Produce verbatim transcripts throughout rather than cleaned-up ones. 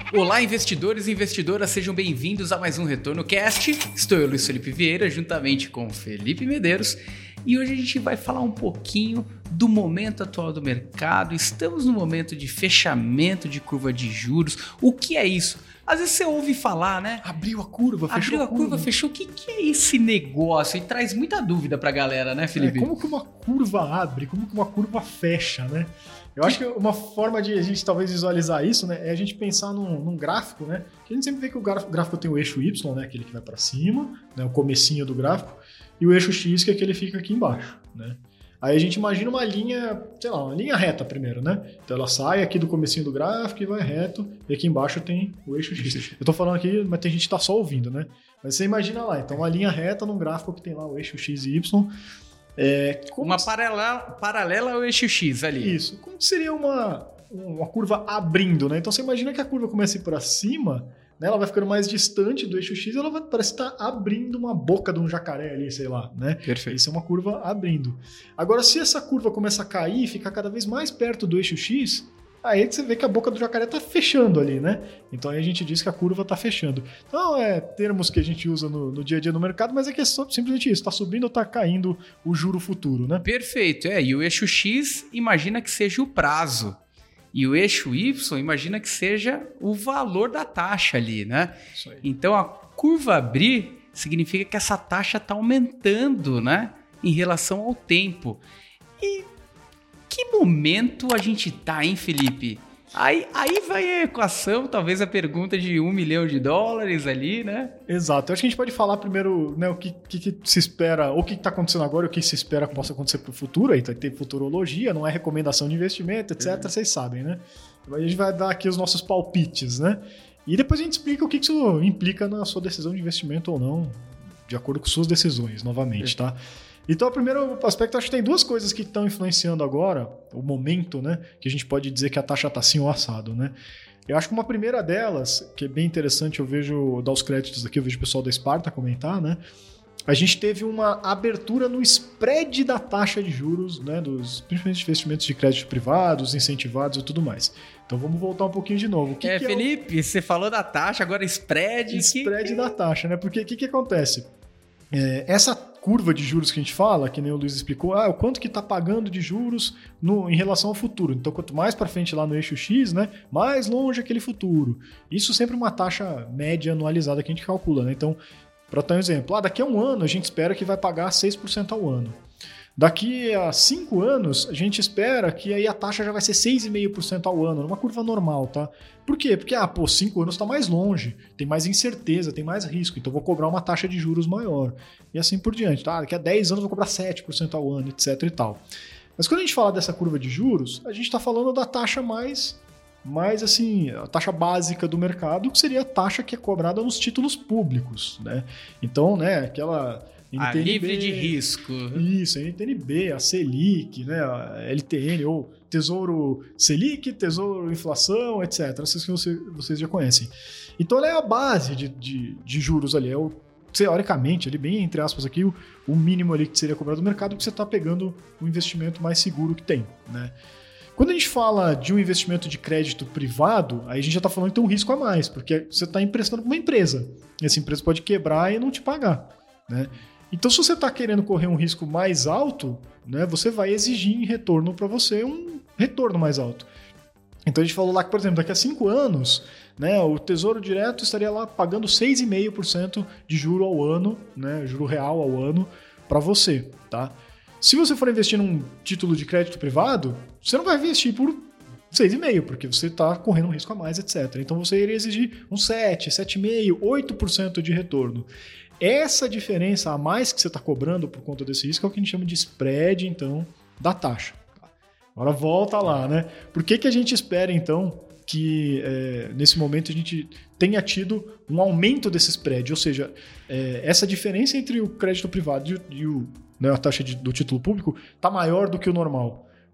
Olá, investidores e investidoras, sejam bem-vindos a mais um Retorno Cast. Estou eu, Luiz Felipe Vieira, juntamente com Felipe Medeiros, e hoje a gente vai falar um pouquinho do momento atual do mercado. Estamos no momento de fechamento de curva de juros. O que é isso? Às vezes você ouve falar, né? Abriu a curva, fechou Abriu a curva, curva fechou. O que, que é esse negócio? E traz muita dúvida pra galera, né, Felipe? É, como que uma curva abre? Como que uma curva fecha, né? Eu acho que uma forma de a gente talvez visualizar isso, né, é a gente pensar num, num gráfico, né? Que a gente sempre vê que o gráfico tem o eixo Y, né? Aquele que vai para cima, né? O comecinho do gráfico, e o eixo X, que é aquele que fica aqui embaixo, né? Aí a gente imagina uma linha, sei lá, uma linha reta primeiro, né? Então ela sai aqui do comecinho do gráfico e vai reto, e aqui embaixo tem o eixo X. Eu tô falando aqui, mas tem gente que tá só ouvindo, né? Mas você imagina lá, então uma linha reta num gráfico que tem lá o eixo X e Y. É, uma paralela, paralela ao eixo X ali. Isso. Como seria uma, uma curva abrindo, né? Então você imagina que a curva começa a ir para cima, né? Ela vai ficando mais distante do eixo X, ela vai parece estar abrindo uma boca de um jacaré ali, sei lá, né? Perfeito. Isso é uma curva abrindo. Agora, se essa curva começa a cair, ficar cada vez mais perto do eixo X, aí você vê que a boca do jacaré está fechando ali, né? Então aí a gente diz que a curva está fechando. Então é termos que a gente usa no, no dia a dia no mercado, mas é que é só, simplesmente isso, está subindo ou está caindo o juro futuro, né? Perfeito, é. E o eixo X imagina que seja o prazo. E o eixo Y imagina que seja o valor da taxa ali, né? Isso aí. Então a curva abrir significa que essa taxa está aumentando, né? Em relação ao tempo. E que momento a gente tá, hein, Felipe? Aí, aí vai a equação, talvez a pergunta de um milhão de dólares ali, né? Exato. Eu acho que a gente pode falar primeiro, né, o que, que, que se espera, ou o que está acontecendo agora e o que se espera que possa acontecer para o futuro. Aí tem futurologia, não é recomendação de investimento, etcétera. Uhum. Vocês sabem, né? Aí a gente vai dar aqui os nossos palpites, né? E depois a gente explica o que isso implica na sua decisão de investimento ou não, de acordo com suas decisões, novamente, uhum. tá? Então, o primeiro aspecto, acho que tem duas coisas que estão influenciando agora, o momento, né? Que a gente pode dizer que a taxa está assim ou assado, né? Eu acho que uma primeira delas, que é bem interessante, eu vejo, dar os créditos aqui, eu vejo o pessoal da Sparta comentar, né? A gente teve uma abertura no spread da taxa de juros, né? Dos, principalmente investimentos de crédito privados, incentivados e tudo mais. Então, vamos voltar um pouquinho de novo. O que é, que Felipe, é o... você falou da taxa, agora spread. Spread que... da taxa, né? Porque o que, que acontece? É, essa curva de juros que a gente fala, que nem o Luiz explicou, ah, o quanto que está pagando de juros no, em relação ao futuro. Então, quanto mais para frente lá no eixo X, né, mais longe aquele futuro. Isso sempre uma taxa média anualizada que a gente calcula, né? Então, para dar um exemplo, ah, daqui a um ano a gente espera que vai pagar seis por cento ao ano. Daqui a cinco anos, a gente espera que aí a taxa já vai ser seis vírgula cinco por cento ao ano, numa curva normal, tá? Por quê? Porque, ah, pô, cinco anos está mais longe, tem mais incerteza, tem mais risco, então vou cobrar uma taxa de juros maior. E assim por diante, tá? Daqui a dez anos eu vou cobrar sete por cento ao ano, etc e tal. Mas quando a gente fala dessa curva de juros, a gente está falando da taxa mais, mais, assim, a taxa básica do mercado, que seria a taxa que é cobrada nos títulos públicos, né? Então, né, aquela... N T N B, a livre de risco. Isso, a N T N B, a Selic, né, a L T N, ou Tesouro Selic, Tesouro Inflação, etcétera. Essas que você, vocês já conhecem. Então, ela é a base de, de, de juros ali. É o, teoricamente, ali, bem entre aspas, aqui, o, o mínimo ali que seria cobrado do mercado, que você está pegando o investimento mais seguro que tem, né? Quando a gente fala de um investimento de crédito privado, aí a gente já está falando que tem um risco a mais, porque você está emprestando para uma empresa. E essa empresa pode quebrar e não te pagar, né? Então, se você está querendo correr um risco mais alto, né, você vai exigir em retorno para você um retorno mais alto. Então, a gente falou lá que, por exemplo, daqui a cinco anos, né, o Tesouro Direto estaria lá pagando seis vírgula cinco por cento de juro ao ano, né, juro real ao ano, para você. Tá? Se você for investir num título de crédito privado, você não vai investir por seis vírgula cinco por cento, porque você está correndo um risco a mais, etcétera. Então, você iria exigir um sete, sete vírgula cinco por cento, oito por cento de retorno. Essa diferença a mais que você está cobrando por conta desse risco é o que a gente chama de spread, então, da taxa. Agora volta lá, né? Por que, que a gente espera, então, que é, nesse momento a gente tenha tido um aumento desse spread? Ou seja, é, essa diferença entre o crédito privado e, o, e o, né, a taxa de, do título público está maior do que o normal.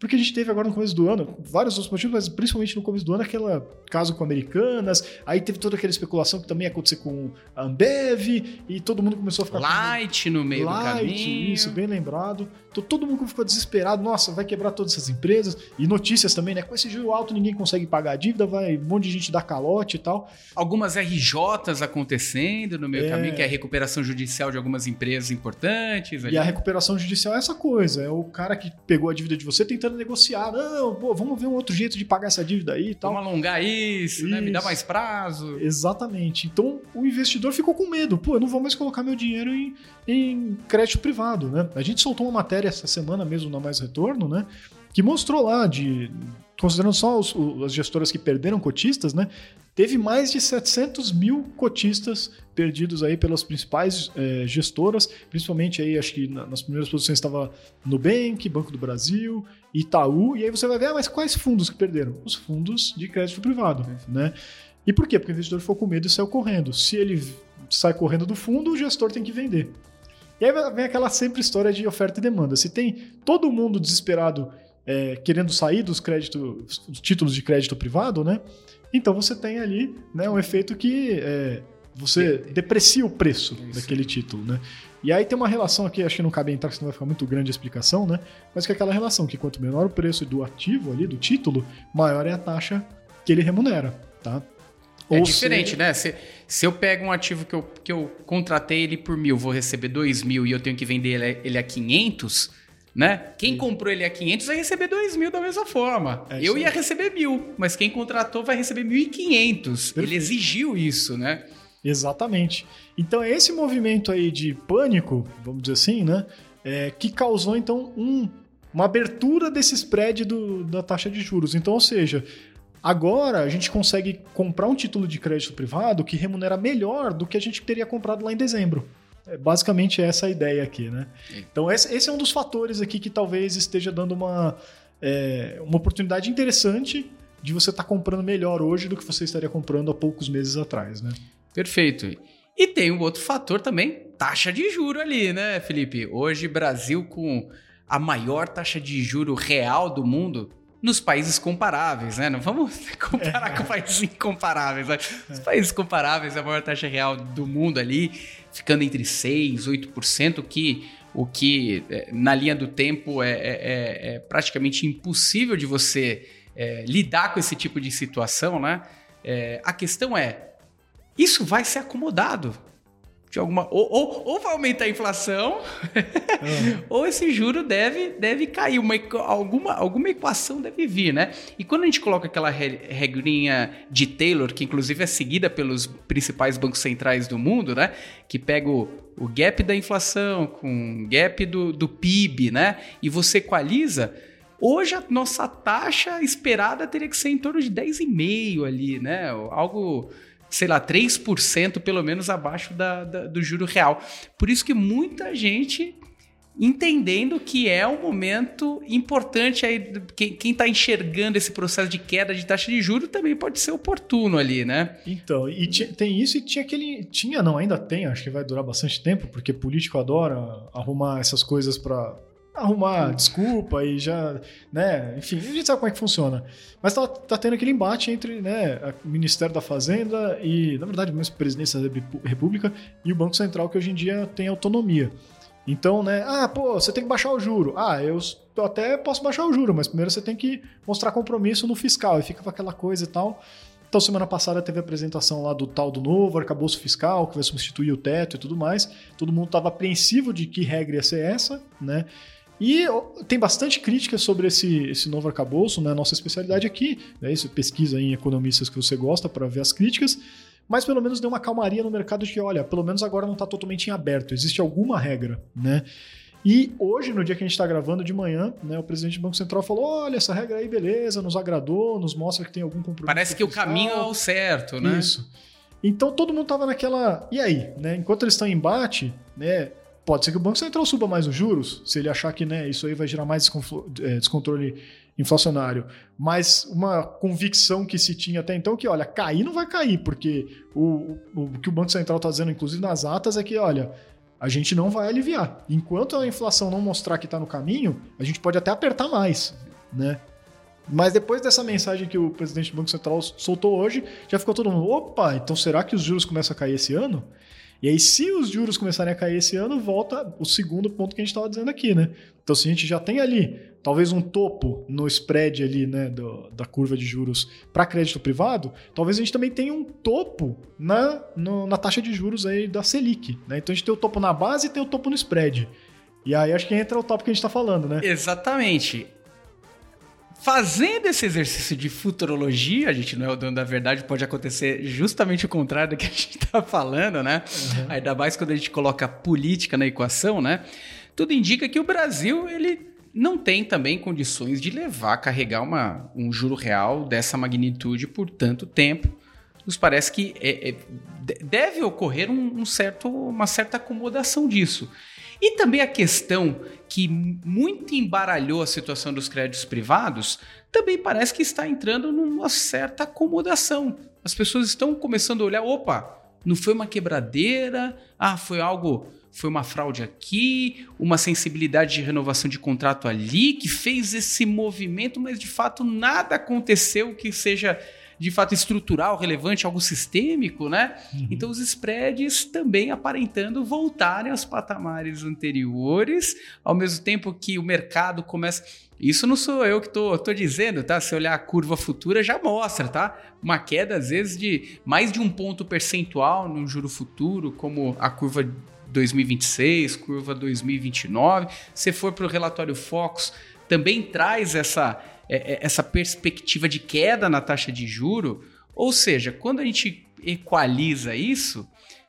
porque a gente teve agora no começo do ano, vários outros motivos, mas principalmente no começo do ano, aquele caso com Americanas, aí teve toda aquela especulação que também ia acontecer com a Ambev, e todo mundo começou a ficar... Light no meio Light, do caminho. Isso, bem lembrado. Então, todo mundo ficou desesperado, nossa, vai quebrar todas essas empresas, e notícias também, né? Com esse juro alto ninguém consegue pagar a dívida, vai um monte de gente dar calote e tal. Algumas R Js acontecendo no meio do É. caminho, que é a recuperação judicial de algumas empresas importantes. Ali. E a recuperação judicial é essa coisa, é o cara que pegou a dívida de você tentando negociar, não, pô, vamos ver um outro jeito de pagar essa dívida aí e tal. Vamos alongar isso, né? Me dá Isso. mais prazo. Exatamente. Então, o investidor ficou com medo. Pô, eu não vou mais colocar meu dinheiro em, em crédito privado, né? A gente soltou uma matéria essa semana mesmo na Mais Retorno, né? Que mostrou lá, de, considerando só os, os, as gestoras que perderam cotistas, né? Teve mais de setecentos mil cotistas perdidos aí pelas principais eh, gestoras, principalmente aí, acho que na, nas primeiras posições estava Nubank, Banco do Brasil, Itaú, e aí você vai ver, ah, mas quais fundos que perderam? Os fundos de crédito privado, né? E por quê? Porque o investidor ficou com medo e saiu correndo. Se ele sai correndo do fundo, o gestor tem que vender. E aí vem aquela sempre história de oferta e demanda. Se tem todo mundo desesperado é, querendo sair dos créditos, dos títulos de crédito privado, né? Então você tem ali, né, um efeito que é, você deprecia o preço Isso. daquele título, né? E aí tem uma relação aqui, acho que não cabe entrar, senão vai ficar muito grande a explicação, né? Mas que é aquela relação que quanto menor o preço do ativo ali, do título, maior é a taxa que ele remunera, tá? É Ou diferente, se... né? Se, se eu pego um ativo que eu, que eu contratei ele por mil, vou receber dois mil e eu tenho que vender ele, ele a quinhentos, né? Quem Sim. comprou ele a quinhentos vai receber dois mil da mesma forma. É eu ia receber mil, mas quem contratou vai receber mil e quinhentos. Ele exigiu isso, né? Exatamente. Então é esse movimento aí de pânico, vamos dizer assim, né? É, que causou então um, uma abertura desse spread do, da taxa de juros. Então, ou seja... Agora a gente consegue comprar um título de crédito privado que remunera melhor do que a gente teria comprado lá em dezembro. É basicamente essa a ideia aqui, né? Então esse, esse é um dos fatores aqui que talvez esteja dando uma, é, uma oportunidade interessante de você estar tá comprando melhor hoje do que você estaria comprando há poucos meses atrás, né? Perfeito. E tem um outro fator também, taxa de juro ali, né, Felipe? Hoje Brasil com a maior taxa de juro real do mundo... Nos países comparáveis, né? Não vamos comparar é. com países incomparáveis. Né? Os países comparáveis, a maior taxa real do mundo ali, ficando entre seis por cento, oito por cento, que, o que na linha do tempo é, é, é praticamente impossível de você é, lidar com esse tipo de situação, né? É, a questão é, isso vai ser acomodado. De alguma, ou, ou, ou vai aumentar a inflação, uhum. ou esse juro deve, deve cair. Uma, alguma, alguma equação deve vir, né? E quando a gente coloca aquela regrinha de Taylor, que inclusive é seguida pelos principais bancos centrais do mundo, né? Que pega o, o gap da inflação com o gap do, do P I B, né? E você equaliza. Hoje a nossa taxa esperada teria que ser em torno de dez vírgula cinco por cento ali, né? Algo... sei lá, três por cento pelo menos abaixo da, da, do juro real. Por isso que muita gente entendendo que é um momento importante aí, quem está enxergando esse processo de queda de taxa de juros também pode ser oportuno ali, né? Então, e tinha, tem isso e tinha aquele... Tinha, não, ainda tem, acho que vai durar bastante tempo, porque político adora arrumar essas coisas para... arrumar desculpa e já, né, enfim, a gente sabe como é que funciona. Mas tá, tá tendo aquele embate entre, né, o Ministério da Fazenda e, na verdade, mesmo a Presidência da República e o Banco Central, que hoje em dia tem autonomia. Então, né, ah, pô, você tem que baixar o juro. Ah, eu, eu até posso baixar o juro, mas primeiro você tem que mostrar compromisso no fiscal, e fica com aquela coisa e tal. Então, semana passada teve a apresentação lá do tal do novo arcabouço fiscal, que vai substituir o teto e tudo mais. Todo mundo estava apreensivo de que regra ia ser essa, né? E tem bastante crítica sobre esse, esse novo arcabouço, né? Nossa especialidade aqui, né? Isso, pesquisa em economistas que você gosta para ver as críticas, mas pelo menos deu uma calmaria no mercado de que, olha, pelo menos agora não está totalmente em aberto, existe alguma regra, né? E hoje, no dia que a gente está gravando de manhã, né, o presidente do Banco Central falou, olha, essa regra aí, beleza, nos agradou, nos mostra que tem algum compromisso. Parece que fiscal. O caminho é o certo, né? Isso. Então todo mundo estava naquela... E aí? Né? Enquanto eles estão em embate, né? Pode ser que o Banco Central suba mais os juros, se ele achar que, né, isso aí vai gerar mais descontrole inflacionário. Mas uma convicção que se tinha até então que, olha, cair não vai cair, porque o, o, o que o Banco Central está dizendo, inclusive nas atas, é que, olha, a gente não vai aliviar. Enquanto a inflação não mostrar que está no caminho, a gente pode até apertar mais. né? Mas depois dessa mensagem que o presidente do Banco Central soltou hoje, já ficou todo mundo, opa, então será que os juros começam a cair esse ano? E aí, se os juros começarem a cair esse ano, volta o segundo ponto que a gente estava dizendo aqui, né? Então, se a gente já tem ali, talvez um topo no spread ali, né, do, da curva de juros para crédito privado, talvez a gente também tenha um topo na, no, na taxa de juros aí da Selic, né? Então, a gente tem o topo na base e tem o topo no spread. E aí, acho que entra o tópico que a gente está falando, né? Exatamente. Fazendo esse exercício de futurologia, a gente não é o dono da verdade, pode acontecer justamente o contrário do que a gente está falando, né? Uhum. Ainda mais quando a gente coloca política na equação, né? Tudo indica que o Brasil, ele não tem também condições de levar, carregar uma, um juro real dessa magnitude por tanto tempo. Nos parece que é, é, deve ocorrer um, um certo, uma certa acomodação disso. E também a questão que muito embaralhou a situação dos créditos privados também parece que está entrando numa certa acomodação. As pessoas estão começando a olhar, opa, não foi uma quebradeira, ah, foi algo, foi uma fraude aqui, uma sensibilidade de renovação de contrato ali, que fez esse movimento, mas de fato nada aconteceu que seja de fato estrutural, relevante, algo sistêmico, né? Uhum. Então os spreads também aparentando voltarem aos patamares anteriores, ao mesmo tempo que o mercado começa... Isso não sou eu que tô, tô dizendo, tá? Se olhar a curva futura já mostra, tá? Uma queda às vezes de mais de um ponto percentual no juro futuro, como a curva dois mil e vinte e seis, curva dois mil e vinte e nove. Se for para o relatório Focus, também traz essa... essa perspectiva de queda na taxa de juro, ou seja, quando a gente equaliza isso,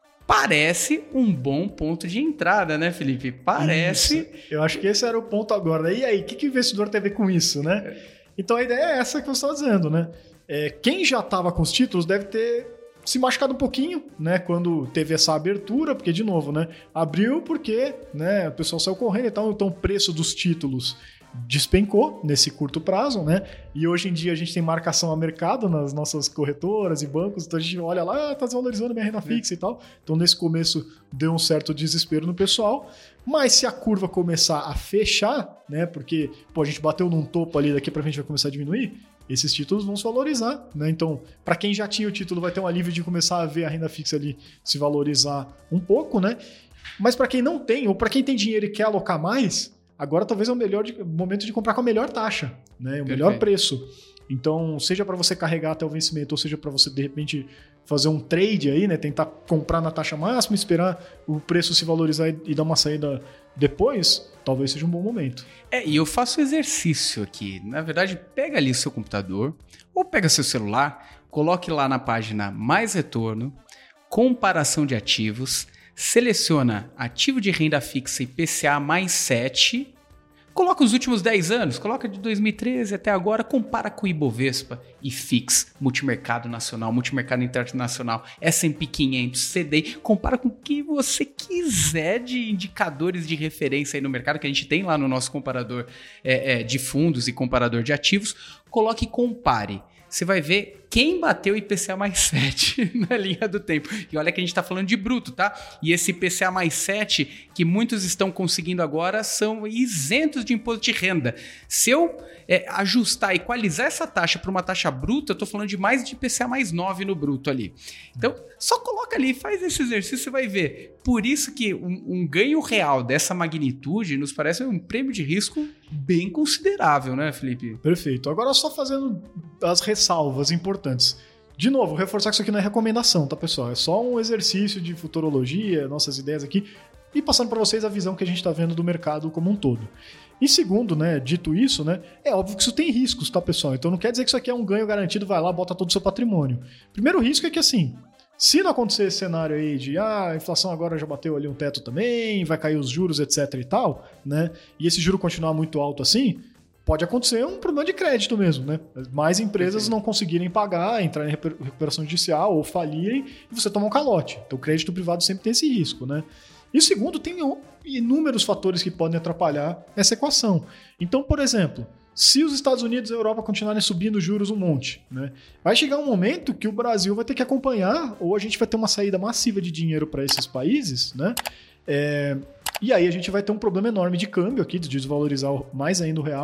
parece um bom ponto de entrada, né, Felipe? Parece... Isso. Eu acho que esse era o ponto agora. E aí, o que, que o investidor tem a ver com isso, né? Então a ideia é essa que você estava dizendo, né? É, quem já estava com os títulos deve ter se machucado um pouquinho, né, quando teve essa abertura, porque, de novo, né, abriu porque, né, o pessoal saiu correndo e tal, então o preço dos títulos despencou nesse curto prazo, né? E hoje em dia a gente tem marcação a mercado nas nossas corretoras e bancos, então a gente olha lá, ah, tá desvalorizando minha renda fixa é. e tal. Então nesse começo deu um certo desespero no pessoal, mas se a curva começar a fechar, né? Porque pô, a gente bateu num topo ali, daqui pra frente vai começar a diminuir, esses títulos vão se valorizar, né? Então, para quem já tinha o título, vai ter um alívio de começar a ver a renda fixa ali se valorizar um pouco, né? Mas para quem não tem, ou para quem tem dinheiro e quer alocar mais, agora talvez é o melhor de, momento de comprar com a melhor taxa, né? O Perfeito. melhor preço. Então, seja para você carregar até o vencimento, ou seja para você, de repente, fazer um trade aí, né? Tentar comprar na taxa máxima, esperar o preço se valorizar e, e dar uma saída depois, talvez seja um bom momento. É, e eu faço exercício aqui. Na verdade, pega ali o seu computador, ou pega seu celular, coloque lá na página Mais Retorno, comparação de ativos, seleciona ativo de renda fixa I P C A mais sete, coloca os últimos dez anos, coloca de dois mil e treze até agora, compara com o Ibovespa, I F I X, Multimercado Nacional, Multimercado Internacional, S and P quinhentos, C D I, compara com o que você quiser de indicadores de referência aí no mercado, que a gente tem lá no nosso comparador é, é, de fundos e comparador de ativos, coloque e compare. Você vai ver quem bateu o I P C A mais sete na linha do tempo. E olha que a gente está falando de bruto, tá? E esse I P C A mais sete, que muitos estão conseguindo agora, são isentos de imposto de renda. Se eu é, ajustar, equalizar essa taxa para uma taxa bruta, eu estou falando de mais de I P C A mais nove no bruto ali. Então, só coloca ali, faz esse exercício, você vai ver. Por isso que um, um ganho real dessa magnitude nos parece um prêmio de risco bem considerável, né, Felipe? Perfeito. Agora, só fazendo as ressalvas importantes. De novo, reforçar que isso aqui não é recomendação, tá, pessoal? É só um exercício de futurologia, nossas ideias aqui, e passando para vocês a visão que a gente está vendo do mercado como um todo. E segundo, né, dito isso, né, é óbvio que isso tem riscos, tá, pessoal? Então não quer dizer que isso aqui é um ganho garantido, vai lá, bota todo o seu patrimônio. Primeiro risco é que, assim, se não acontecer esse cenário aí de ah, a inflação agora já bateu ali um teto também, vai cair os juros, etc e tal, né, e esse juro continuar muito alto assim, pode acontecer um problema de crédito mesmo, né? Mais empresas não conseguirem pagar, entrar em recuperação judicial ou falirem e você tomar um calote. Então o crédito privado sempre tem esse risco, né? E segundo, tem inúmeros fatores que podem atrapalhar essa equação. Então, por exemplo, se os Estados Unidos e a Europa continuarem subindo juros um monte, né, vai chegar um momento que o Brasil vai ter que acompanhar, ou a gente vai ter uma saída massiva de dinheiro para esses países, né? É, e aí a gente vai ter um problema enorme de câmbio aqui, de desvalorizar mais ainda o real,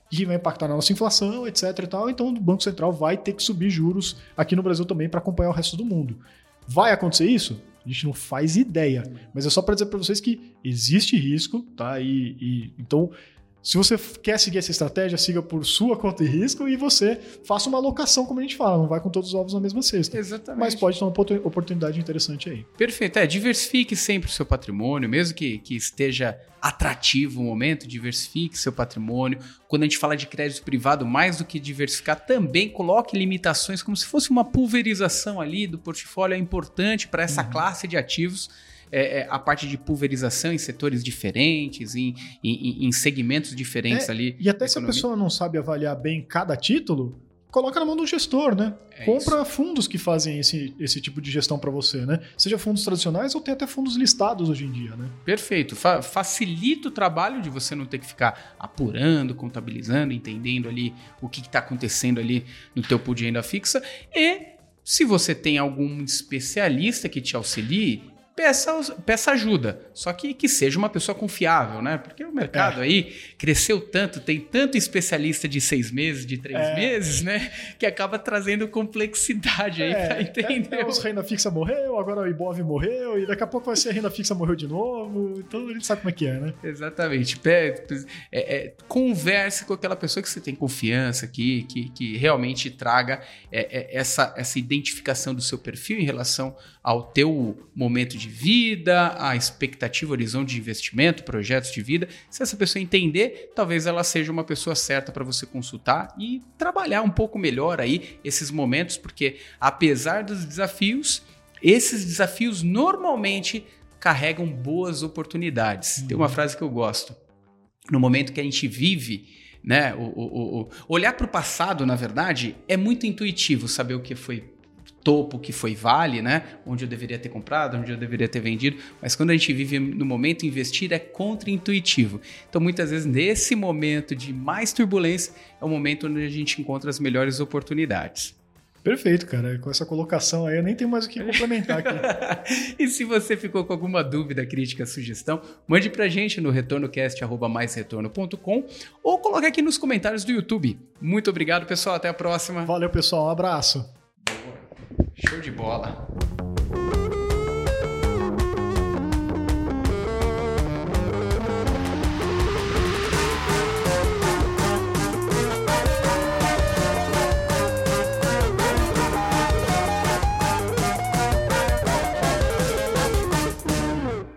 e vai impactar na nossa inflação, etc e tal. Então o Banco Central vai ter que subir juros aqui no Brasil também para acompanhar o resto do mundo. Vai acontecer isso? A gente não faz ideia, mas é só para dizer para vocês que existe risco, tá? E, e então, se você quer seguir essa estratégia, siga por sua conta e risco e você faça uma alocação, como a gente fala, não vai com todos os ovos na mesma cesta. Exatamente. Mas pode ter uma oportunidade interessante aí. Perfeito, é, diversifique sempre o seu patrimônio, mesmo que, que esteja atrativo o momento, diversifique seu patrimônio. Quando a gente fala de crédito privado, mais do que diversificar, também coloque limitações, como se fosse uma pulverização ali do portfólio, é importante para essa uhum. classe de ativos. É, é, a parte de pulverização em setores diferentes, em, em, em segmentos diferentes é, ali. E até se a pessoa não sabe avaliar bem cada título, coloca na mão do gestor, né? É Compra isso. fundos que fazem esse, esse tipo de gestão para você, né? Seja fundos tradicionais ou tem até fundos listados hoje em dia, né? Perfeito. Fa- facilita o trabalho de você não ter que ficar apurando, contabilizando, entendendo ali o que está acontecendo ali no teu pool de renda fixa. E se você tem algum especialista que te auxilie, Peça, peça ajuda, só que que seja uma pessoa confiável, né? Porque o mercado é. aí cresceu tanto, tem tanto especialista de seis meses, de três é. meses, né? Que acaba trazendo complexidade aí é. para entender. É, é, os renda fixa morreu, agora o Ibov morreu, e daqui a pouco vai ser a renda fixa morreu de novo, então a gente sabe como é que é, né? Exatamente. É, é, converse com aquela pessoa que você tem confiança, que, que, que realmente traga é, é, essa, essa identificação do seu perfil em relação ao teu momento de vida, a expectativa, horizonte de investimento, projetos de vida. Se essa pessoa entender, talvez ela seja uma pessoa certa para você consultar e trabalhar um pouco melhor aí esses momentos, porque apesar dos desafios, esses desafios normalmente carregam boas oportunidades. Uhum. Tem uma frase que eu gosto. No momento que a gente vive, né, o, o, o, olhar para o passado, na verdade, é muito intuitivo saber o que foi topo, que foi vale, né? Onde eu deveria ter comprado, onde eu deveria ter vendido. Mas quando a gente vive no momento, investir é contra-intuitivo. Então, muitas vezes, nesse momento de mais turbulência, é o momento onde a gente encontra as melhores oportunidades. Perfeito, cara. Com essa colocação aí, eu nem tenho mais o que complementar aqui. E se você ficou com alguma dúvida, crítica, sugestão, mande pra gente no retornocast arroba mais retorno ponto com ou coloque aqui nos comentários do YouTube. Muito obrigado, pessoal. Até a próxima. Valeu, pessoal. Um abraço. Show de bola.